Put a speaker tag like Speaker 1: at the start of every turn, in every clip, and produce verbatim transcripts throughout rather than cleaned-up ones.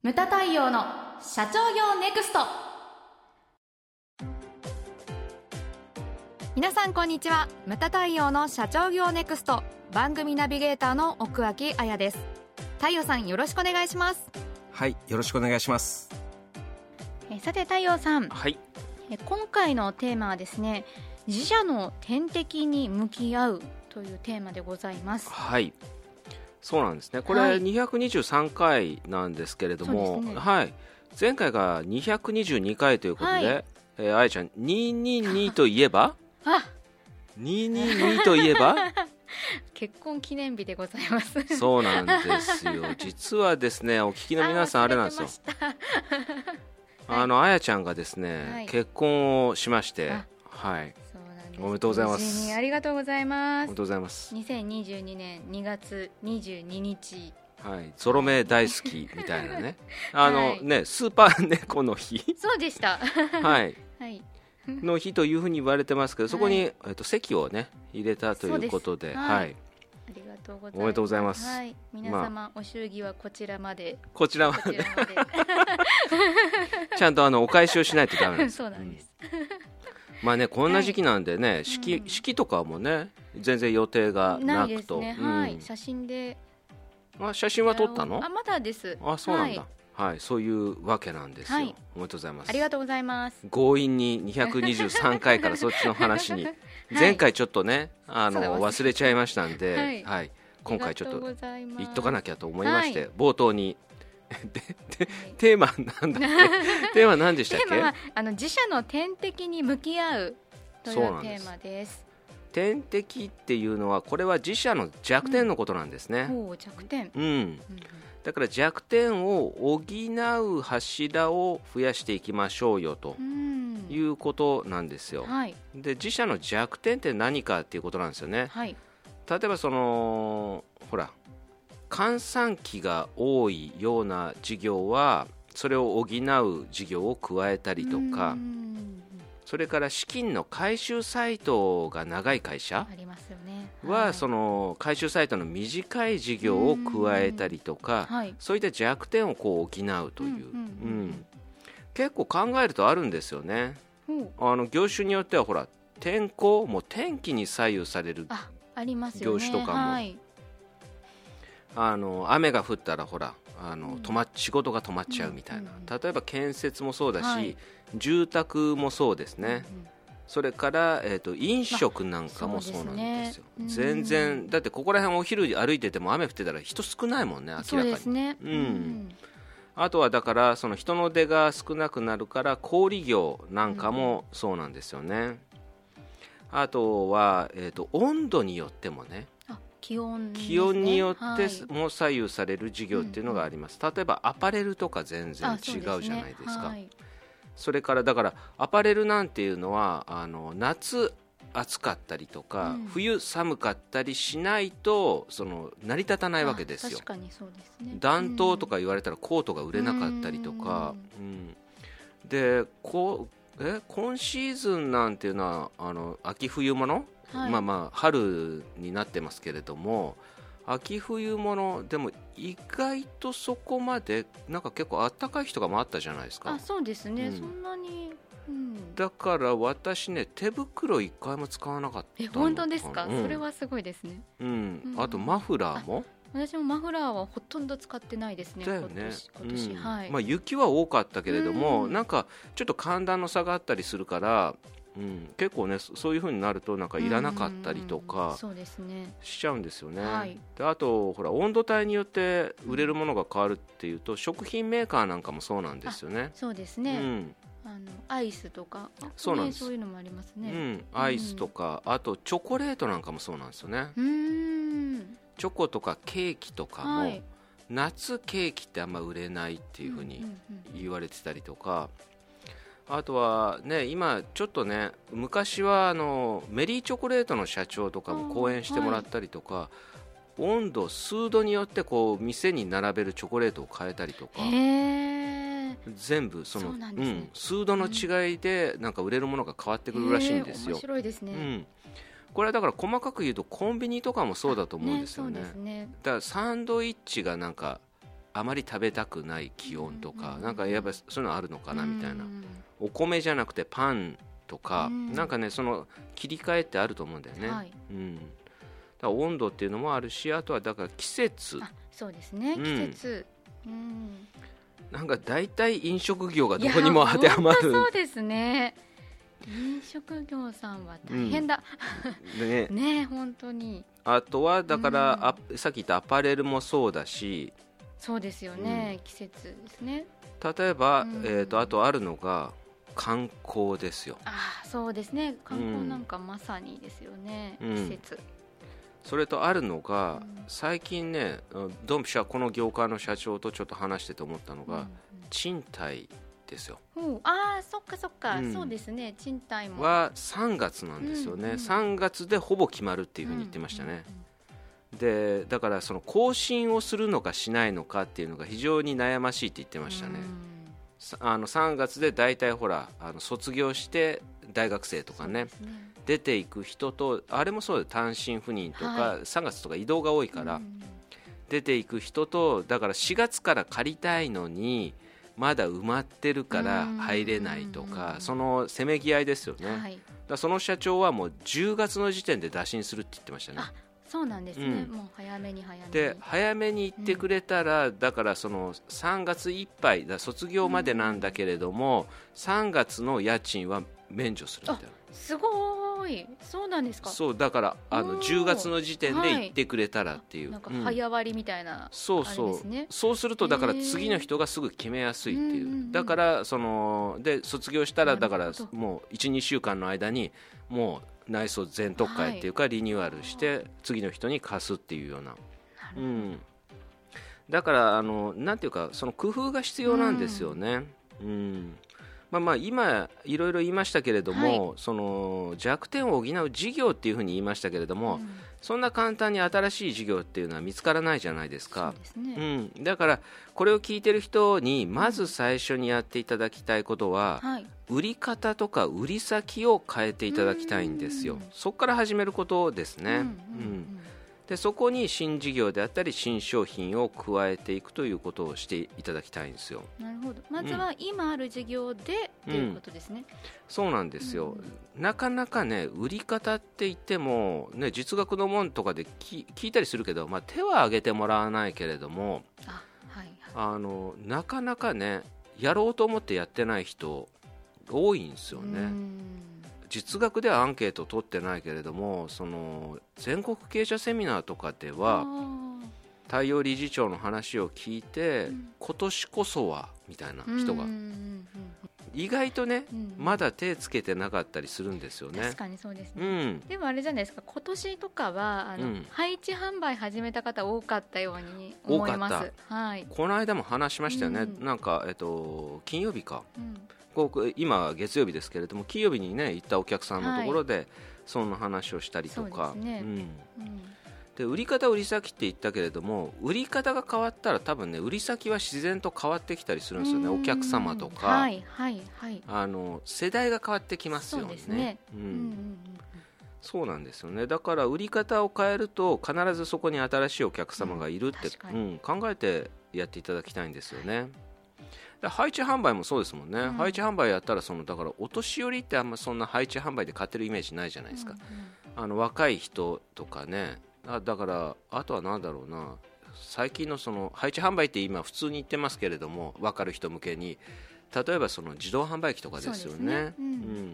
Speaker 1: ムタ太陽の社長業ネクスト。皆さんこんにちは。ムタ太陽の社長業ネクスト番組ナビゲーターの奥脇彩です。太陽さん、よろしくお願いします。
Speaker 2: はい、よろしくお願いします。
Speaker 1: えさて太陽さん、
Speaker 2: はい、
Speaker 1: え今回のテーマはですね、自社の天敵に向き合うというテーマでございます。
Speaker 2: はい、そうなんですね。これにひゃくにじゅうさんかいなんですけれども、
Speaker 1: ね、
Speaker 2: はい、前回がにひゃくにじゅうにかいということで、はい、えー、あやちゃんにひゃくにじゅうにといえば
Speaker 1: あ
Speaker 2: にひゃくにじゅうにといえば
Speaker 1: 結婚記念日でございます。
Speaker 2: そうなんですよ。実はですね、お聞きの皆さん、あれなんですよ。あのあやちゃんがですね、はい、結婚をしまして、はい、おめでとうございます。
Speaker 1: ありがとうございます。
Speaker 2: おめでとうございます。
Speaker 1: にせんにじゅうにねんにがつにじゅうににち、
Speaker 2: はい、ゾロ目大好きみたいなねあの、はい、ね、スーパー猫の日
Speaker 1: そうでした
Speaker 2: はい、はい、の日というふうに言われてますけど、そこに、はい、えっと、席をね入れたということで、はい、はい、
Speaker 1: ありがとうございます。
Speaker 2: おめでとうございます。
Speaker 1: はい、皆様、まあ、お祝儀はこちらまで
Speaker 2: こちらまでちゃんとあのお返しをしないとダメなんです。
Speaker 1: そうなんです、うん、
Speaker 2: まあね、こんな時期なんでね、はい、式、うん、式とかもね全然予定がなくと、
Speaker 1: ないですね、はい、うん、写真で。
Speaker 2: あ、写真は撮ったの？
Speaker 1: あ、まだです。
Speaker 2: あ、そうなんだ、はいはい、そういうわけなんですよ、はい、おめでとうございます。
Speaker 1: ありがとうございます。
Speaker 2: 強引ににひゃくにじゅうさんかいからそっちの話に、はい、前回ちょっとね、あの忘れちゃいましたんで、はいはい、今回ちょっと言っとかなきゃと思いまして、はい、冒頭にででテーマなんだっけテーマ何でしたっけ？
Speaker 1: テーマはあの自社の天敵に向き合うというテーマです。
Speaker 2: 天敵っていうのは、これは自社の弱点のことなんですね、
Speaker 1: うん、お弱点、
Speaker 2: うんうん、だから弱点を補う柱を増やしていきましょうよということなんですよ、はい、で自社の弱点って何かっていうことなんですよね、はい、例えばそのほら閑散期が多いような事業はそれを補う事業を加えたりとか、それから資金の回収サイトが長い会社はその回収サイトの短い事業を加えたりとか、そういった弱点をこう補うという、うんうん、結構考えるとあるんですよね、うん、あの業種によってはほら天候も天気に左右される業種とかも、はい、あの雨が降ったらほらあの止ま仕事が止まっちゃうみたいな、うん、例えば建設もそうだし、はい、住宅もそうですね、うん、それから、えーと、飲食なんかもそうなんですよ、まあ、全然だってここら辺お昼歩いてても雨降ってたら人少ないもんね、明らかに。
Speaker 1: そうですね、
Speaker 2: うんうん、あとはだからその人の出が少なくなるから小売業なんかもそうなんですよね、うん、あとは、えーと、温度によってもね、
Speaker 1: 気温ですね、
Speaker 2: 気温によっても左右される事業っていうのがあります、はい、例えばアパレルとか全然違うじゃないですか。 そ, す、ねはい、それからだからアパレルなんていうのはあの夏暑かったりとか、うん、冬寒かったりしないとその成り立たないわけですよ。
Speaker 1: 確かにそうですね。
Speaker 2: 暖冬とか言われたらコートが売れなかったりとか、うんうん、でこうえ今シーズンなんていうのはあの秋冬物、はい、まあまあ春になってますけれども、秋冬物でも意外とそこまでなんか結構あったかい日とかもあったじゃないですか。
Speaker 1: あ、そうですね、うん、そんなに、うん、
Speaker 2: だから私ね手袋一回も使わなかったのかな。
Speaker 1: え、本当ですか、うん、それはすごいですね、
Speaker 2: うんうん、あとマフラーも
Speaker 1: 私もマフラーはほとんど使ってないですね。
Speaker 2: だよね、
Speaker 1: 今年、うん、はい、
Speaker 2: まあ、雪は多かったけれども、うん、なんかちょっと寒暖の差があったりするから、うん、結構ねそういう風になるとなんかいらなかったりとかしちゃうんですよね、はい、であとほら温度帯によって売れるものが変わるっていうと、食品メーカーなんかもそうなんですよね。
Speaker 1: そうですね、うん、あのアイスとか
Speaker 2: そうなんです、
Speaker 1: ね、そういうのもありますね、
Speaker 2: うん、アイスとか、うん、あとチョコレートなんかもそうなんですよね。うーん、チョコとかケーキとかも、はい、夏ケーキってあんま売れないっていう風に言われてたりとか、あとはね今ちょっとね昔はあのメリーチョコレートの社長とかも講演してもらったりとか、はい、温度数度によってこう店に並べるチョコレートを変えたりとか、へ全部そのそうなんですね、うん、数度の違いでなんか売れるものが変わってくるらしいんですよ。
Speaker 1: 面白いですね、うん、
Speaker 2: これはだから細かく言うとコンビニとかもそうだと思うんですよね。
Speaker 1: そうですね。
Speaker 2: だからサンドイッチがなんかあまり食べたくない気温とか、なんかやっぱりそういうのあるのかなみたいな、お米じゃなくてパンとか、なんかねその切り替えってあると思うんだよね、はい、うん、だから温度っていうのもあるし、あとはだから季節、
Speaker 1: あそうですね、季節、うん、
Speaker 2: なんか大体飲食業がどこにも当てはまる。
Speaker 1: そうですね、飲食業さんは大変だ、うん、ねね本当に。
Speaker 2: あとはだから、うん、さっき言ったアパレルもそうだし、
Speaker 1: そうですよね、うん、季節ですね。
Speaker 2: 例えば、うん、えーと、あとあるのが観光ですよ。
Speaker 1: あそうですね、観光なんかまさにですよね、うん、季節。
Speaker 2: それとあるのが、うん、最近ねドンピシャこの業界の社長とちょっと話してて思ったのが、うん、賃貸ですよ。
Speaker 1: ああそっかそっか、うん、そうですね、賃貸も
Speaker 2: はさんがつなんですよね、うんうん、さんがつでほぼ決まるっていうふうに言ってましたね、うんうんうん、でだからその更新をするのかしないのかっていうのが非常に悩ましいって言ってましたね、うん、あのさんがつで大体ほらあの卒業して大学生とか ね, ね出ていく人と、あれもそうで単身赴任とか、はい、さんがつとか移動が多いから、うん、出ていく人と、だからしがつから借りたいのにまだ埋まってるから入れないとか、そのせめぎ合いですよね、はい、だその社長はもうじゅうがつの時点で打診するって言ってましたね。
Speaker 1: あそうなんですね、うん、もう早めに早めに
Speaker 2: で早めに行ってくれたら、うん、だからそのさんがついっぱいだ卒業までなんだけれども、うん、さんがつの家賃は免除するみたいな。
Speaker 1: すごい、そうなんですか。
Speaker 2: そうだからあのじゅうがつの時点で行ってくれたらっていう、
Speaker 1: はい、なんか早割りみたいな、うん、
Speaker 2: そうそう、ね、そうするとだから次の人がすぐ決めやすいっていう、うんうんうん、だからそので卒業したらだからもう いち,に 週間の間にもう内装全特会っていうか、はい、リニューアルして次の人に貸すっていうような、うん、だからあのなんていうかその工夫が必要なんですよね、うんうんまあ、まあ今いろいろ言いましたけれども、はい、その弱点を補う事業っていうふうに言いましたけれども、うん、そんな簡単に新しい事業っていうのは見つからないじゃないですか。
Speaker 1: そうですね、
Speaker 2: うん、だからこれを聞いてる人にまず最初にやっていただきたいことは、うんはい、売り方とか売り先を変えていただきたいんですよ。そこから始めることですね、うんうんうんでそこに新事業であったり新商品を加えていくということをしていただきたいんですよ。
Speaker 1: なるほど、まずは今ある事業でと、うん、いうことですね、
Speaker 2: うん、そうなんですよ、うん、なかなかね売り方って言っても、ね、実学の門とかで聞いたりするけど、まあ、手は挙げてもらわないけれども、あ、はいはい、あのなかなかねやろうと思ってやってない人多いんですよね。実学ではアンケートを取ってないけれども、その全国経営者セミナーとかでは太陽理事長の話を聞いて、うん、今年こそはみたいな人が意外とね、うん、まだ手つけてなかったりするんですよね。
Speaker 1: 確かにそうですね、
Speaker 2: うん、
Speaker 1: でもあれじゃないですか、今年とかはあの、うん、配置販売始めた方多かったように思います。
Speaker 2: 多かった、はい、この間も話しましたよね、うん、なんか、えっと、金曜日か、うん今月曜日ですけれども金曜日にね行ったお客さんのところで、はい、その話をしたりとか、そうですね、うんうん、で売り方売り先って言ったけれども売り方が変わったら多分ね売り先は自然と変わってきたりするんですよね。お客様とか、はいはいはい、あの世代が変わってきますよね。そうですね、うんうんうん、そうなんですよね。だから売り方を変えると必ずそこに新しいお客様がいるって、うんうん、考えてやっていただきたいんですよね。配置販売もそうですもんね、うん、配置販売やったらそのだからお年寄りってあんまそんな配置販売で買ってるイメージないじゃないですか、うんうん、あの若い人とかね。あだからあとはなんだろうな、最近のその配置販売って今普通に言ってますけれども分かる人向けに例えばその自動販売機とかですよね。うんうん、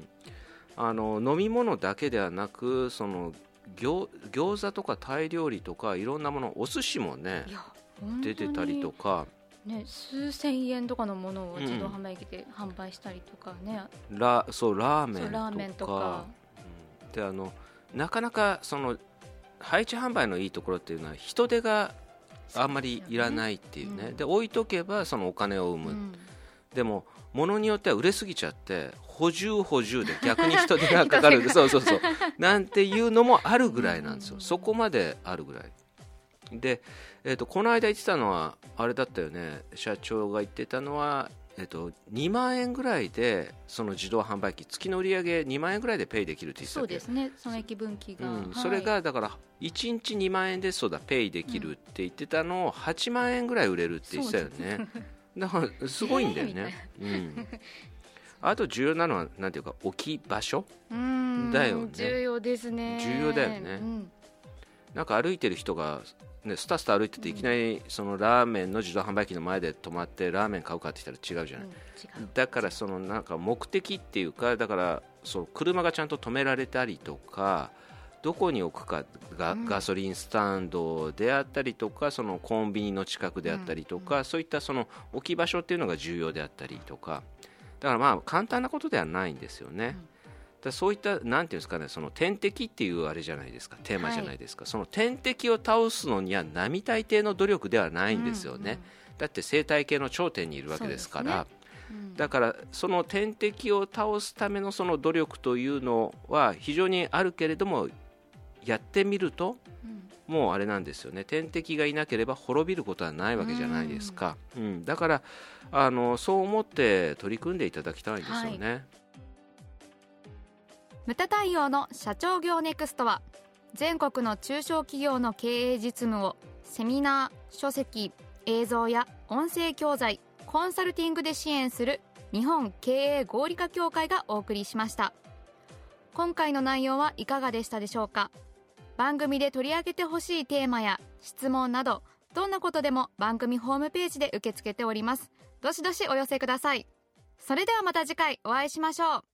Speaker 2: あの飲み物だけではなくその 餃, 餃子とかタイ料理とかいろんなものお寿司もね出てたりとか
Speaker 1: ね、数千円とかのものを自動販売機で販売したりとかね、
Speaker 2: うん、ラ, そうラーメンと か,
Speaker 1: ラーメンとか、
Speaker 2: うん、であのなかなかその配置販売のいいところっていうのは人手があんまりいらないっていうね。で、ねうん、で置いとけばそのお金を生む、うん、でも物によっては売れすぎちゃって補充補充で逆に人手がかかるそうそうそうなんていうのもあるぐらいなんですよ、うん、そこまであるぐらいで、えーと、この間言ってたのはあれだったよね。社長が言ってたのはえっと、にまんえんぐらいでその自動販売機月の売り上げにまんえんぐらいでペイできるって言ってたっけ。
Speaker 1: そうですね、損益分岐が、うん
Speaker 2: はい、それがだからいちにちにまんえんでそうだペイできるって言ってたのをはちまんえんぐらい売れるって言ってたよね。だからすごいんだよね、えー、うん、あと重要なのはなんていうか置き場所だよね。
Speaker 1: 重要ですね。
Speaker 2: 重要だよね、うん、なんか歩いてる人がね、スタスタ歩いてていきなりそのラーメンの自動販売機の前で止まってラーメン買うかって言ったら違うじゃない、うん、違う。だからそのなんか目的っていうか、だからその車がちゃんと止められたりとかどこに置くかが、うん、ガソリンスタンドであったりとかそのコンビニの近くであったりとか、うん、そういったその置き場所っていうのが重要であったりとか、だからまあ簡単なことではないんですよね、うん、だそういったなんていうんですかね、その天敵っていうあれじゃないですか、テーマじゃないですか、はい、その天敵を倒すのには並大抵の努力ではないんですよね、うんうん、だって生態系の頂点にいるわけですから、うん、だからその天敵を倒すためのその努力というのは非常にあるけれども、やってみると、うん、もうあれなんですよね、天敵がいなければ滅びることはないわけじゃないですか、うんうん、だからあのそう思って取り組んでいただきたいんですよね、はい。
Speaker 1: ムタ太陽の社長業ネクストは全国の中小企業の経営実務をセミナー、書籍、映像や音声教材、コンサルティングで支援する日本経営合理化協会がお送りしました。今回の内容はいかがでしたでしょうか。番組で取り上げてほしいテーマや質問などどんなことでも番組ホームページで受け付けております。どしどしお寄せください。それではまた次回お会いしましょう。